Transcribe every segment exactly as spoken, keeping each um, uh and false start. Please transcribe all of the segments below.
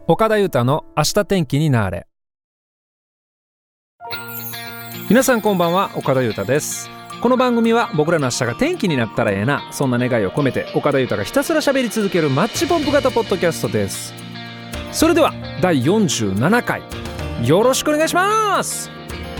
岡田裕太の明日天気になーれ。皆さんこんばんは、岡田裕太です。この番組は僕らの明日が天気になったらええな、そんな願いを込めて岡田裕太がひたすら喋り続けるマッチポンプ型ポッドキャストです。それではだいよんじゅうななかい、よろしくお願いします。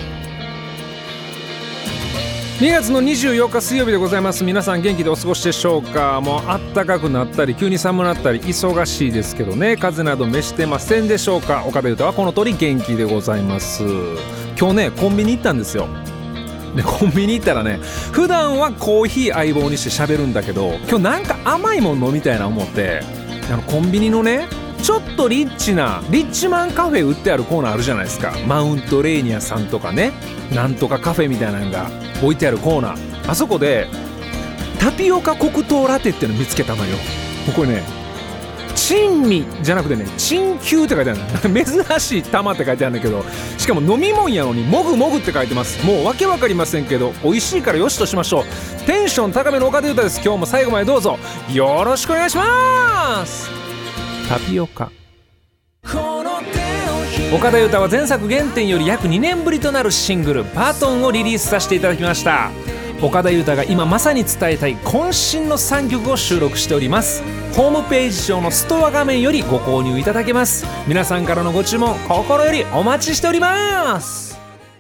にがつのにじゅうよっか水曜日でございます。皆さん元気でお過ごしでしょうか。もうあったかくなったり急に寒くなったり忙しいですけどね、風邪など召してませんでしょうか。岡田裕太はこの通り元気でございます。今日ねコンビニ行ったんですよ。でコンビニ行ったらね、普段はコーヒー相棒にして喋るんだけど、今日なんか甘いもん飲みたいな思って、あのコンビニのねちょっとリッチなリッチマンカフェ売ってあるコーナーあるじゃないですか。マウントレーニアさんとかね、なんとかカフェみたいなのが置いてあるコーナー、あそこでタピオカ黒糖ラテっての見つけたのよ。これね珍味じゃなくてね珍球って書いてあるの珍しい玉って書いてあるんだけど、しかも飲み物やのにもぐもぐって書いてます。もうわけわかりませんけど美味しいからよしとしましょう。テンション高めの岡田裕太です。今日も最後までどうぞよろしくお願いします。タピオカ。岡田裕太は前作原点より約にねんぶりとなるシングルバトンをリリースさせていただきました。岡田裕太が今まさに伝えたい渾身のさんきょくを収録しております。ホームページ上のストア画面よりご購入いただけます。皆さんからのご注文心よりお待ちしております。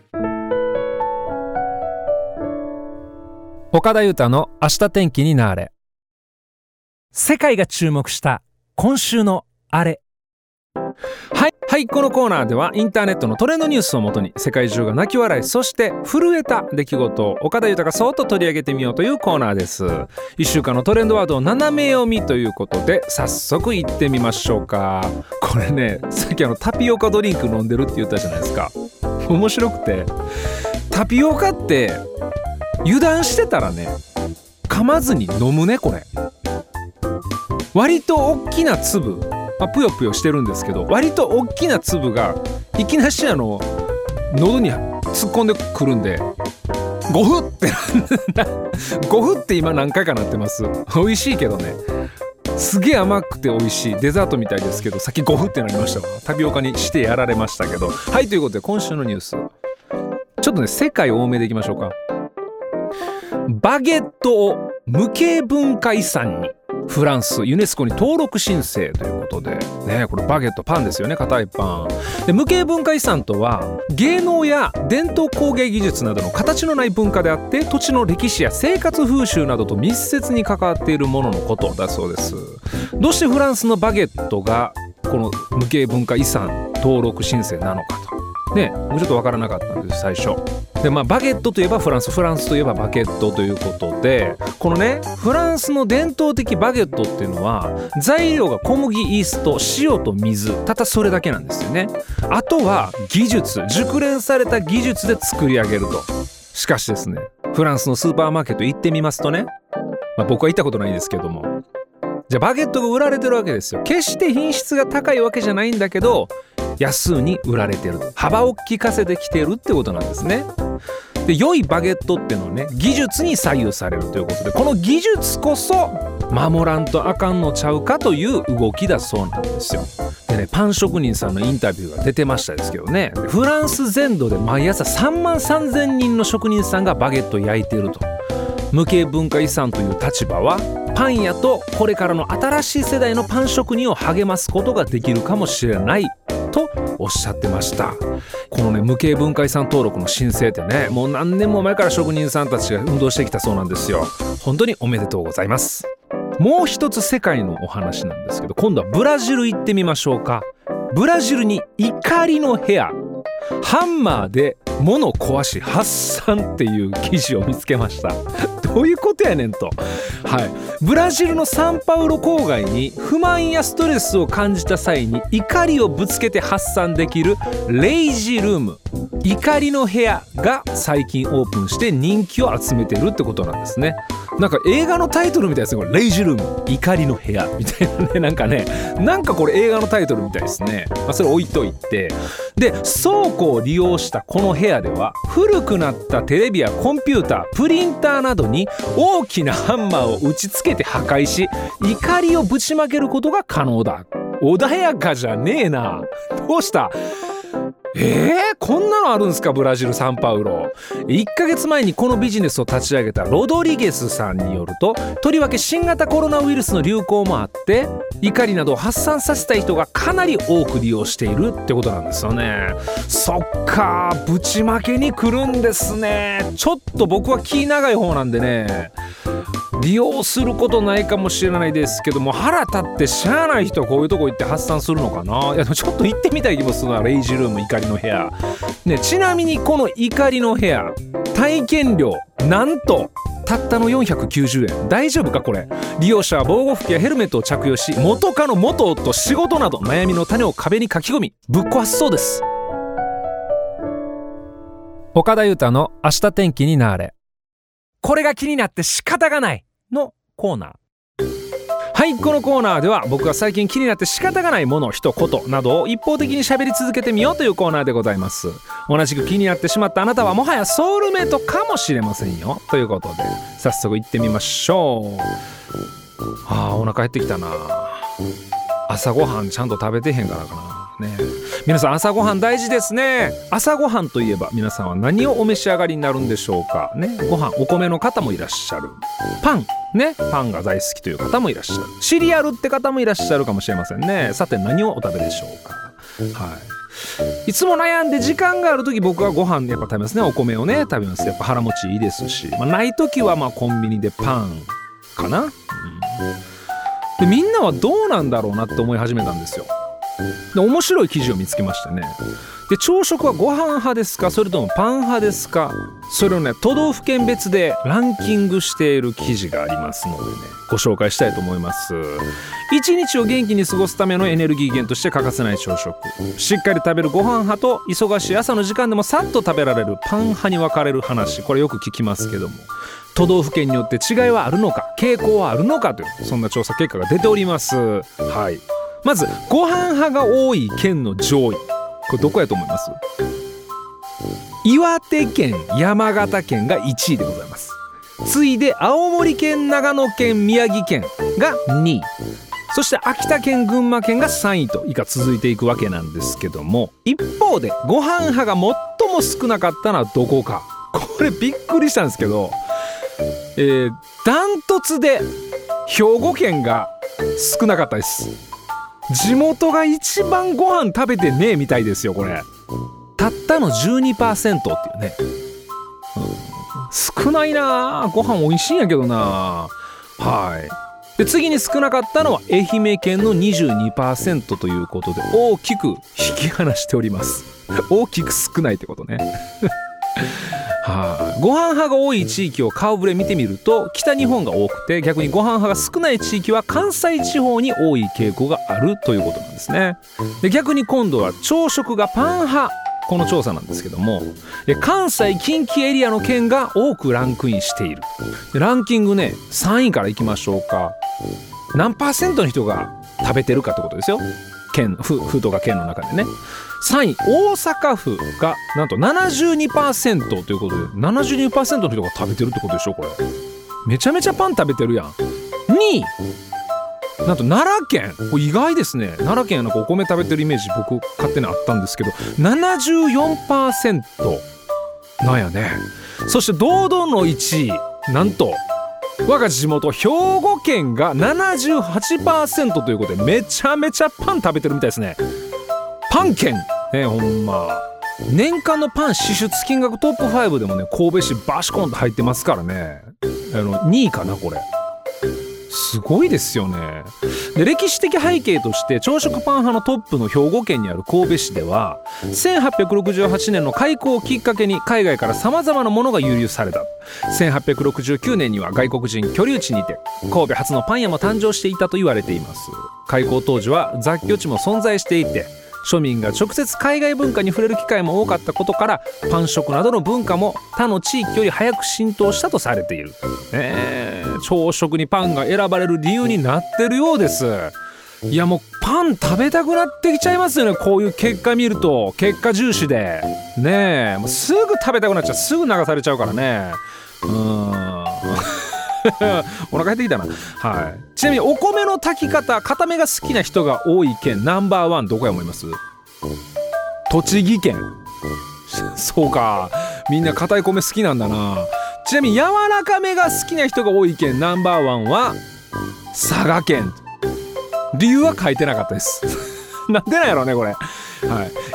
岡田裕太の明日天気になーれ。世界が注目した今週のあれ。はいはい、このコーナーではインターネットのトレンドニュースをもとに世界中が泣き笑い、そして震えた出来事を岡田裕太がそっと取り上げてみようというコーナーです。いっしゅうかんのトレンドワードを斜め読みということで早速いってみましょうか。これね、さっきあのタピオカドリンク飲んでるって言ったじゃないですか。面白くて、タピオカって油断してたらね噛まずに飲むね。これ割と大きな粒、まあ、ぷよぷよしてるんですけど、割と大きな粒がいきなしあの喉に突っ込んでくるんで、ゴフってゴフって今何回かなってます。美味しいけどね、すげえ甘くて美味しいデザートみたいですけど、さっきゴフってなりましたわ。タピオカにしてやられましたけど。はい、ということで今週のニュース、ちょっとね世界多めでいきましょうか。バゲットを無形文化遺産に、フランスユネスコに登録申請ということでね、これバゲットパンですよね、硬いパンで。無形文化遺産とは芸能や伝統工芸技術などの形のない文化であって、土地の歴史や生活風習などと密接に関わっているもののことだそうです。どうしてフランスのバゲットがこの無形文化遺産登録申請なのかとね、もうちょっと分からなかったんです最初で。まあバゲットといえばフランス、フランスといえばバゲットということで、このねフランスの伝統的バゲットっていうのは材料が小麦、イースト、塩と水、たったそれだけなんですよね。あとは技術、熟練された技術で作り上げると。しかしですね、フランスのスーパーマーケット行ってみますとね、まあ、僕は行ったことないんですけども、じゃあバゲットが売られてるわけですよ。決して品質が高いわけじゃないんだけど安売に売られてる、幅を利かせてきてるってことなんですね。で良いバゲットっていうのはね技術に左右されるということで、この技術こそ守らんとあかんのちゃうかという動きだそうなんですよ。でね、パン職人さんのインタビューが出てましたですけどね、フランス全土で毎朝さんまんさんぜんにんの職人さんがバゲットを焼いていると。無形文化遺産という立場はパン屋とこれからの新しい世代のパン職人を励ますことができるかもしれないとおっしゃってました。このね無形文化遺産登録の申請ってね、もう何年も前から職人さんたちが運動してきたそうなんですよ。本当におめでとうございます。もう一つ世界のお話なんですけど、今度はブラジル行ってみましょうか。ブラジルに怒りの部屋、ハンマーで物壊し発散っていう記事を見つけました。どういうことやねんと。はい、ブラジルのサンパウロ郊外に不満やストレスを感じた際に怒りをぶつけて発散できるレイジルーム、怒りの部屋が最近オープンして人気を集めてるってことなんですね。なんか映画のタイトルみたいですね、これ。レイジルーム、怒りの部屋みたいなね、なんかね、なんかこれ映画のタイトルみたいですね。まあ、それ置いといて、で倉庫を利用したこの部屋では古くなったテレビやコンピューター、プリンターなどに大きなハンマーを打ちつけて破壊し、怒りをぶちまけることが可能だ穏やかじゃねえな。どうした？えー、こんなのあるんすか？ブラジルサンパウロ。いっかげつまえにこのビジネスを立ち上げたロドリゲスさんによると、とりわけ新型コロナウイルスの流行もあって怒りなどを発散させたい人がかなり多く利用しているってことなんですよね。そっか、ぶちまけに来るんですね。ちょっと僕は気長い方なんでね、利用することないかもしれないですけども、腹立ってしゃあない人はこういうとこ行って発散するのかな。いやちょっと行ってみたい気もするな。レイジルーム怒りの部屋、ね、ちなみにこの怒りの部屋体験料なんとたったのよんひゃくきゅうじゅうえん。大丈夫かこれ。利用者は防護服やヘルメットを着用し、元カノ元夫仕事など悩みの種を壁に書き込みぶっ壊すそうです。岡田裕太の明日天気になれ。これが気になって仕方がないのコーナー。はい、このコーナーでは僕が最近気になって仕方がないもの、人、ことなどを一方的に喋り続けてみようというコーナーでございます。同じく気になってしまったあなたはもはやソウルメイトかもしれませんよということで、早速行ってみましょう。あー、お腹減ってきたな。朝ごはんちゃんと食べてへんからかなね。皆さん朝ごはん大事ですね。朝ごはんといえば皆さんは何をお召し上がりになるんでしょうかね。ご飯、お米の方もいらっしゃる。パンね、パンが大好きという方もいらっしゃる。シリアルって方もいらっしゃるかもしれませんね。さて何をお食べでしょうか。はい、いつも悩んで時間がある時僕はご飯やっぱ食べますね。お米をね食べます。やっぱ腹持ちいいですし、まあ、ない時はまあコンビニでパンかな、うん、でみんなはどうなんだろうなって思い始めたんですよ。で面白い記事を見つけましてね。で朝食はご飯派ですか、それともパン派ですか。それをね都道府県別でランキングしている記事がありますのでね、ご紹介したいと思います。一日を元気に過ごすためのエネルギー源として欠かせない朝食、しっかり食べるご飯派と忙しい朝の時間でもさっと食べられるパン派に分かれる話、これよく聞きますけども、都道府県によって違いはあるのか、傾向はあるのかという、そんな調査結果が出ております。はい、まずご飯派が多い県の上位、これどこやと思います？岩手県、山形県がいちいでございます。次いで青森県、長野県、宮城県がにい、そして秋田県、群馬県がさんいと以下続いていくわけなんですけども、一方でご飯派が最も少なかったのはどこか。これびっくりしたんですけど、えー、ダントツで兵庫県が少なかったです。地元が一番ご飯食べてねえみたいですよ。これたったの じゅうにパーセント っていうね、うん、少ないな。ご飯美味しいんやけどな。はいで次に少なかったのは愛媛県の にじゅうにパーセント ということで、大きく引き離しております。大きく少ないってことね。はあ、ご飯派が多い地域を顔ぶれ見てみると北日本が多くて、逆にご飯派が少ない地域は関西地方に多い傾向があるということなんですね。で逆に今度は朝食がパン派、この調査なんですけども、関西近畿エリアの県が多くランクインしている。でランキングねさんいからいきましょうか。何パーセントの人が食べてるかってことですよ。県府、府とか県の中でね。さんい大阪府がなんと ななじゅうにパーセント ということで、 ななじゅうにパーセント の人が食べてるってことでしょ。これめちゃめちゃパン食べてるやん。にいなんと奈良県、これ意外ですね。奈良県はなんかお米食べてるイメージ僕勝手にあったんですけど ななじゅうよんパーセント なんやね。そして堂々のいちい、なんと我が地元兵庫県が ななじゅうはちパーセント ということで、めちゃめちゃパン食べてるみたいですね。パン県ね、ほんま年間のパン支出金額トップごでもね神戸市バシコンと入ってますからね。あのにいかな、これすごいですよね。で歴史的背景として朝食パン派のトップの兵庫県にある神戸市ではせんはっぴゃくろくじゅうはちねんの開港をきっかけに海外からさまざまなものが輸入された。せんはっぴゃくろくじゅうきゅうねんには外国人居留地にて神戸初のパン屋も誕生していたと言われています。開港当時は雑居地も存在していて、庶民が直接海外文化に触れる機会も多かったことからパン食などの文化も他の地域より早く浸透したとされている、ね、朝食にパンが選ばれる理由になってるようです。いやもうパン食べたくなってきちゃいますよね。こういう結果見ると結果重視でねえ、もうすぐ食べたくなっちゃう。すぐ流されちゃうからね。うーんお腹減ってきたな。はい。 ちなみにお米の炊き方固めが好きな人が多い県ナンバーワンどこや思います？栃木県。そうか、みんな硬い米好きなんだな。ちなみに柔らかめが好きな人が多い県ナンバーワンは佐賀県。理由は書いてなかったですなんでなんやろうねこれ、はい、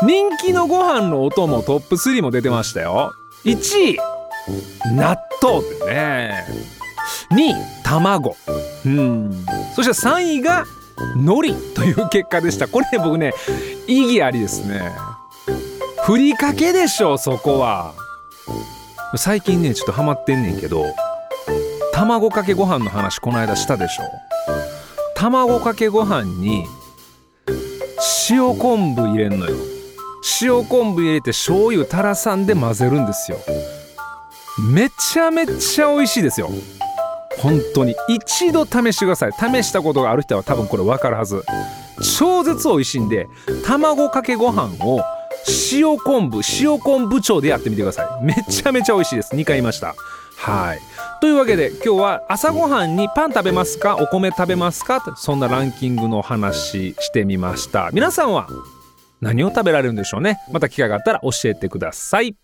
人気のご飯のお供トップスリーも出てましたよ。いちい納豆ってね、にい卵、うんそしてさんいが海苔という結果でした。これね僕ね意義ありですね。ふりかけでしょそこは。最近ねちょっとハマってんねんけど、卵かけご飯の話この間したでしょ。卵かけご飯に塩昆布入れんのよ。塩昆布入れて醤油たらさんで混ぜるんですよ。めちゃめちゃ美味しいですよ。本当に一度試してください。試したことがある人は多分これ分かるはず。超絶美味しいんで、卵かけご飯を塩昆布塩昆布調でやってみてください。めちゃめちゃ美味しいです。にかい言いました。はい、というわけで今日は朝ごはんにパン食べますかお米食べますか、そんなランキングの話してみました。皆さんは何を食べられるんでしょうね。また機会があったら教えてください。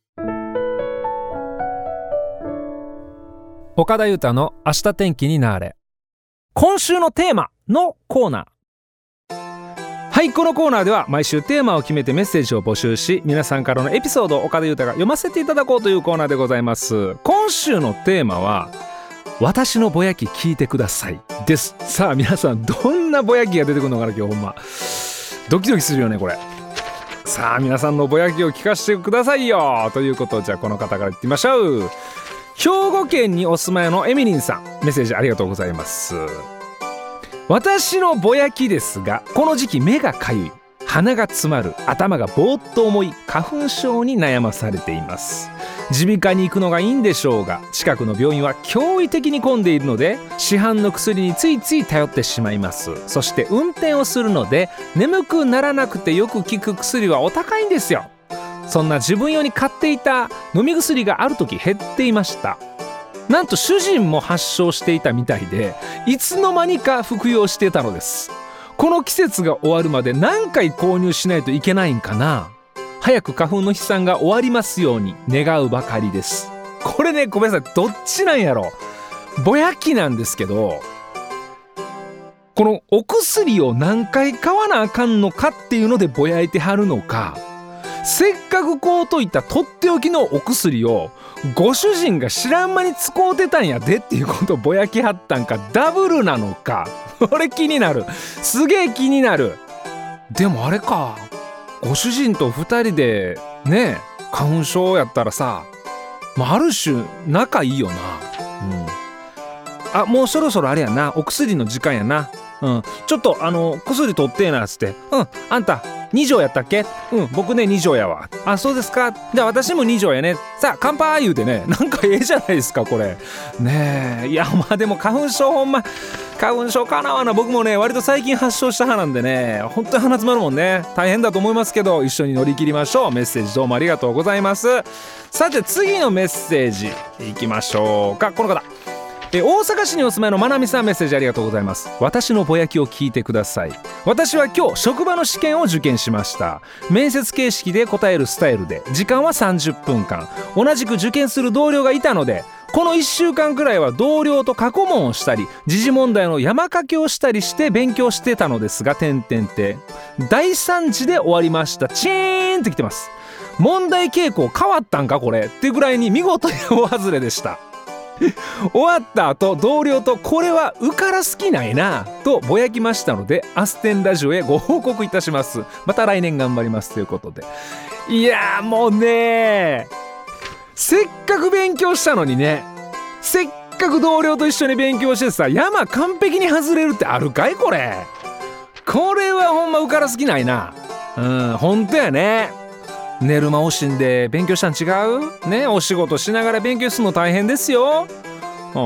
岡田裕太の明日天気になーれ。今週のテーマのコーナー。はい、このコーナーでは毎週テーマを決めてメッセージを募集し、皆さんからのエピソードを岡田裕太が読ませていただこうというコーナーでございます。今週のテーマは私のぼやき聞いてくださいです。さあ皆さんどんなぼやきが出てくるのかな。今日ほんまドキドキするよねこれ。さあ皆さんのぼやきを聞かせてくださいよということを、じゃあこの方から言ってみましょう。兵庫県にお住まいのエミリンさん、メッセージありがとうございます。私のぼやきですが、この時期目がかゆい、鼻が詰まる、頭がぼーっと重い花粉症に悩まされています。耳鼻科に行くのがいいんでしょうが、近くの病院は驚異的に混んでいるので市販の薬についつい頼ってしまいます。そして運転をするので眠くならなくてよく効く薬はお高いんですよ。そんな自分用に買っていた飲み薬がある時減っていました。なんと主人も発症していたみたいで、いつの間にか服用してたのです。この季節が終わるまで何回購入しないといけないんかな。早く花粉の飛散が終わりますように願うばかりです。これね、ごめんなさい、どっちなんやろ。ぼやきなんですけど、このお薬を何回買わなあかんのかっていうのでぼやいてはるのか、せっかくこうといったとっておきのお薬をご主人が知らん間に使うてたんやでっていうことをぼやきはったんか、ダブルなのか、これ気になる。すげえ気になる。でもあれか、ご主人とふたりでね花粉症やったらさ、まあ、ある種仲いいよな、うん、あ、もうそろそろあれやな、お薬の時間やな、うん、ちょっとあの薬取ってえなっつって、うん、あんたに錠やったっけ？うん、僕ねに錠やわ。あ、そうですか。じゃあ私もに錠やね。さあ乾杯言うてね、なんかええじゃないですかこれ。ねえ、いやまあでも花粉症ほんま花粉症かなわな。僕もね割と最近発症した派なんでね、本当に鼻詰まるもんね。大変だと思いますけど一緒に乗り切りましょう。メッセージどうもありがとうございます。さて次のメッセージいきましょうか。この方、え大阪市にお住まいのまなみさん、メッセージありがとうございます。私のぼやきを聞いてください。私は今日職場の試験を受験しました。面接形式で答えるスタイルで、時間はさんじゅっぷんかん。同じく受験する同僚がいたので、このいっしゅうかんくらいは同僚と過去問をしたり時事問題の山かけをしたりして勉強してたのですが、点々点だいさん次で終わりました。チーンってきてます。問題傾向変わったんかこれってぐらいに見事に大外れでした。終わった後同僚とこれは受からす気ないなとぼやきましたので、アステンラジオへご報告いたします。また来年頑張りますということで。いやもうね、せっかく勉強したのにね、せっかく同僚と一緒に勉強してさ、山完璧に外れるってあるかいこれ。これはほんま受からす気ないな。うん、ほんとやね。寝る間惜しんで勉強したん違うね。お仕事しながら勉強するの大変ですよ。うん、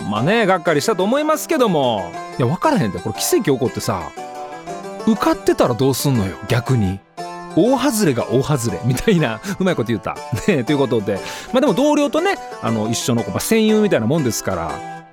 まあね、がっかりしたと思いますけども、いや分からへんで、これ奇跡起こってさ、受かってたらどうすんのよ。逆に大外れが大外れみたいな、うまいこと言ったね。ということで、まあでも同僚とね、あの一緒の、まあ、戦友みたいなもんですから、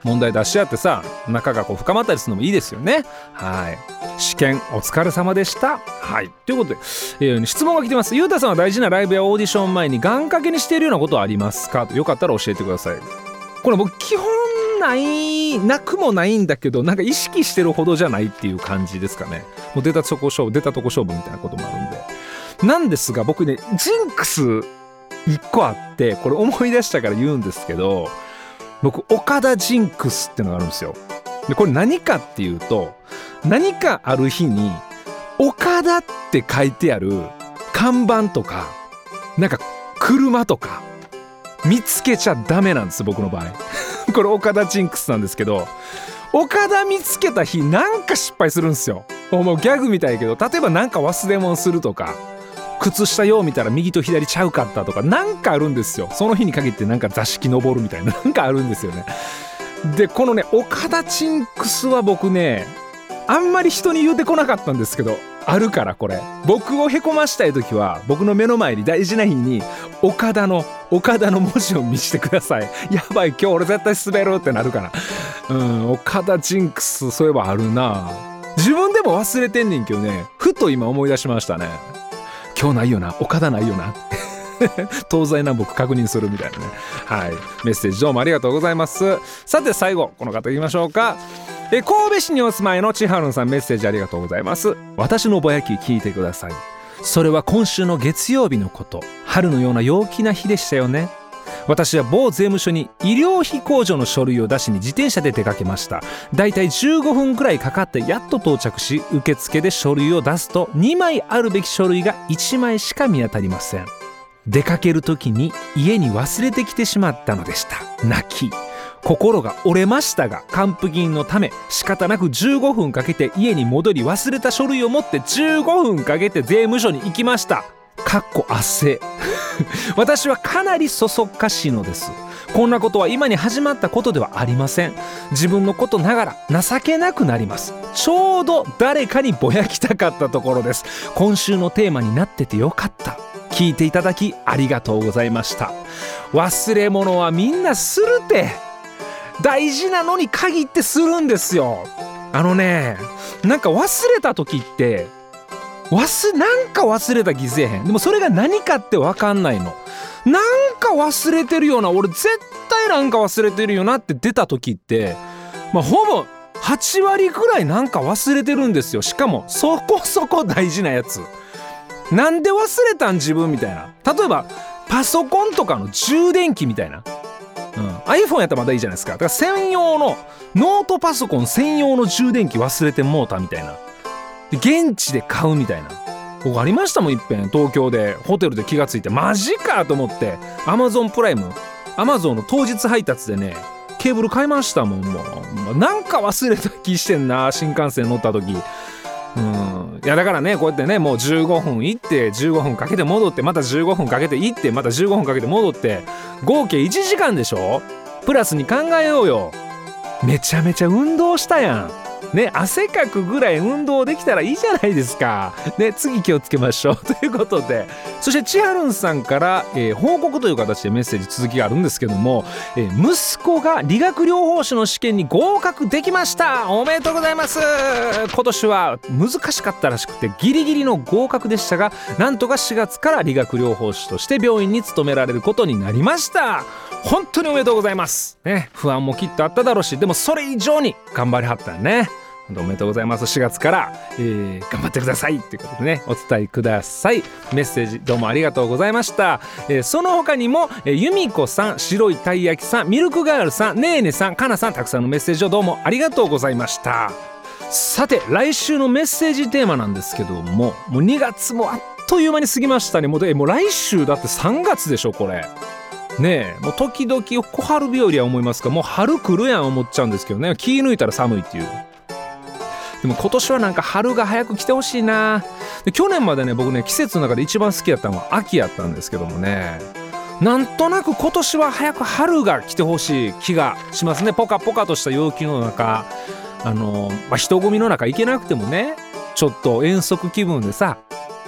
問題出し合ってさ、仲がこう深まったりするのもいいですよね。はい。試験お疲れ様でした。はい。ということで、えー、質問が来てます。ゆうたさんは大事なライブやオーディション前に願掛けにしているようなことはありますか？よかったら教えてください。これ僕基本ないなくもないんだけど、なんか意識してるほどじゃないっていう感じですかね。もう出たとこ勝負出たとこ勝負みたいなこともあるんで。なんですが僕ね、ジンクスいっこあって、これ思い出したから言うんですけど、僕岡田ジンクスってのがあるんですよ。でこれ何かっていうと、何かある日に岡田って書いてある看板とかなんか車とか見つけちゃダメなんです、僕の場合。これ岡田ジンクスなんですけど、岡田見つけた日なんか失敗するんですよ。もうギャグみたいけど、例えばなんか忘れ物するとか、靴下よう見たら右と左ちゃうかったとか、なんかあるんですよ。その日に限ってなんか座敷登るみたいな、なんかあるんですよね。でこのね岡田ジンクスは僕ね、あんまり人に言うてこなかったんですけど、あるから。これ僕をへこましたい時は、僕の目の前に大事な日に岡田の岡田の文字を見せてください。やばい、今日俺絶対滑るってなるから。うん、岡田ジンクスそういえばあるな。自分でも忘れてんねんけどね、ふと今思い出しましたね。今日ないよな、岡田ないよな。東西南北確認するみたいなね。はい、メッセージどうもありがとうございます。さて最後この方いきましょうか。え神戸市にお住まいのちはるんさん、メッセージありがとうございます。私のぼやき聞いてください。それは今週の月曜日のこと。春のような陽気な日でしたよね。私は某税務署に医療費控除の書類を出しに自転車で出かけました。だいたいじゅうごふんくらいかかってやっと到着し、受付で書類を出すとにまいあるべき書類がいちまいしか見当たりません。出かける時に家に忘れてきてしまったのでした。泣き心が折れましたが、還付金のため仕方なくじゅうごふんかけて家に戻り、忘れた書類を持ってじゅうごふんかけて税務署に行きました。かっこ圧政。私はかなりそそっかしいのです。こんなことは今に始まったことではありません。自分のことながら情けなくなります。ちょうど誰かにぼやきたかったところです。今週のテーマになっててよかった。聞いていただきありがとうございました。忘れ物はみんなするて、大事なのに限ってするんですよ。あのね、なんか忘れた時って忘なんか忘れた気せえへん。でもそれが何かって分かんないの。なんか忘れてるような、俺絶対なんか忘れてるよなって出た時って、まあほぼはちわりくらいなんか忘れてるんですよ。しかもそこそこ大事なやつ。なんで忘れたん自分みたいな。例えばパソコンとかの充電器みたいな、うん、iPhone やったらまだいいじゃないですか。だから専用のノートパソコン専用の充電器忘れてもうたみたいな。で現地で買うみたいな。僕ありましたもん、いっぺん東京でホテルで気がついて、マジかと思って Amazon プライム Amazon の当日配達でね、ケーブル買いましたもん。もうなんか忘れた気してんな、新幹線乗った時。うん、いやだからね、こうやってね、もうじゅうごふん行ってじゅうごふんかけて戻って、またじゅうごふんかけて行ってまたじゅうごふんかけて戻って、合計いちじかんでしょ。プラスに考えようよ。めちゃめちゃ運動したやんね。汗かくぐらい運動できたらいいじゃないですかね。次気をつけましょうということで、そしてちはるんさんから、えー、報告という形でメッセージ続きがあるんですけども、えー、息子が理学療法士の試験に合格できました。おめでとうございます。今年は難しかったらしくてギリギリの合格でしたが、なんとかしがつから理学療法士として病院に勤められることになりました。本当におめでとうございます、ね、不安もきっとあっただろうし、でもそれ以上に頑張りはったよね。おめでとうございます。しがつから、えー、頑張ってくださいということでね、お伝えください。メッセージどうもありがとうございました。えー、その他にも、えー、由美子さん、白いたい焼きさん、ミルクガールさん、ねえねさん、かなさん、たくさんのメッセージをどうもありがとうございました。さて来週のメッセージテーマなんですけども、もうにがつもあっという間に過ぎましたね。もうでもう来週だってさんがつでしょこれね。えもう時々小春日和は思いますが、もう春来るやん思っちゃうんですけどね。気抜いたら寒いっていう。でも今年はなんか春が早く来てほしいな。で去年までね、僕ね季節の中で一番好きだったのは秋やったんですけどもね、なんとなく今年は早く春が来てほしい気がしますね。ポカポカとした陽気の中、あの、まあ、人混みの中行けなくてもね、ちょっと遠足気分でさ、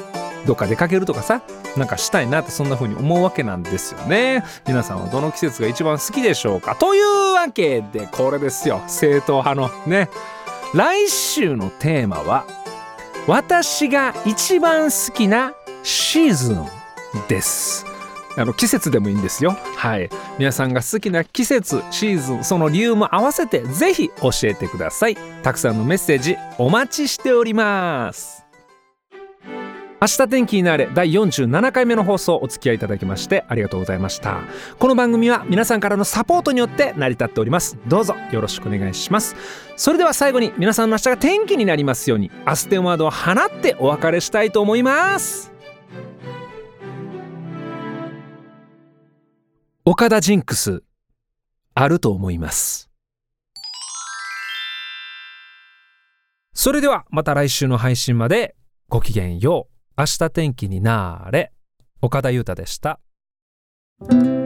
どっか出かけるとかさ、なんかしたいなってそんな風に思うわけなんですよね。皆さんはどの季節が一番好きでしょうか。というわけでこれですよ、正統派のね。来週のテーマは私が一番好きなシーズンです。あの季節でもいいんですよ。はい、皆さんが好きな季節、シーズン、その理由も合わせてぜひ教えてください。たくさんのメッセージお待ちしております。明日天気になれだいよんじゅうななかいめの放送、お付き合いいただきましてありがとうございました。この番組は皆さんからのサポートによって成り立っております。どうぞよろしくお願いします。それでは最後に皆さんの明日が天気になりますように、アステンワードを放ってお別れしたいと思います。岡田ジンクスあると思います。それではまた来週の配信までごきげんよう。明日天気になーれ。岡田裕太でした。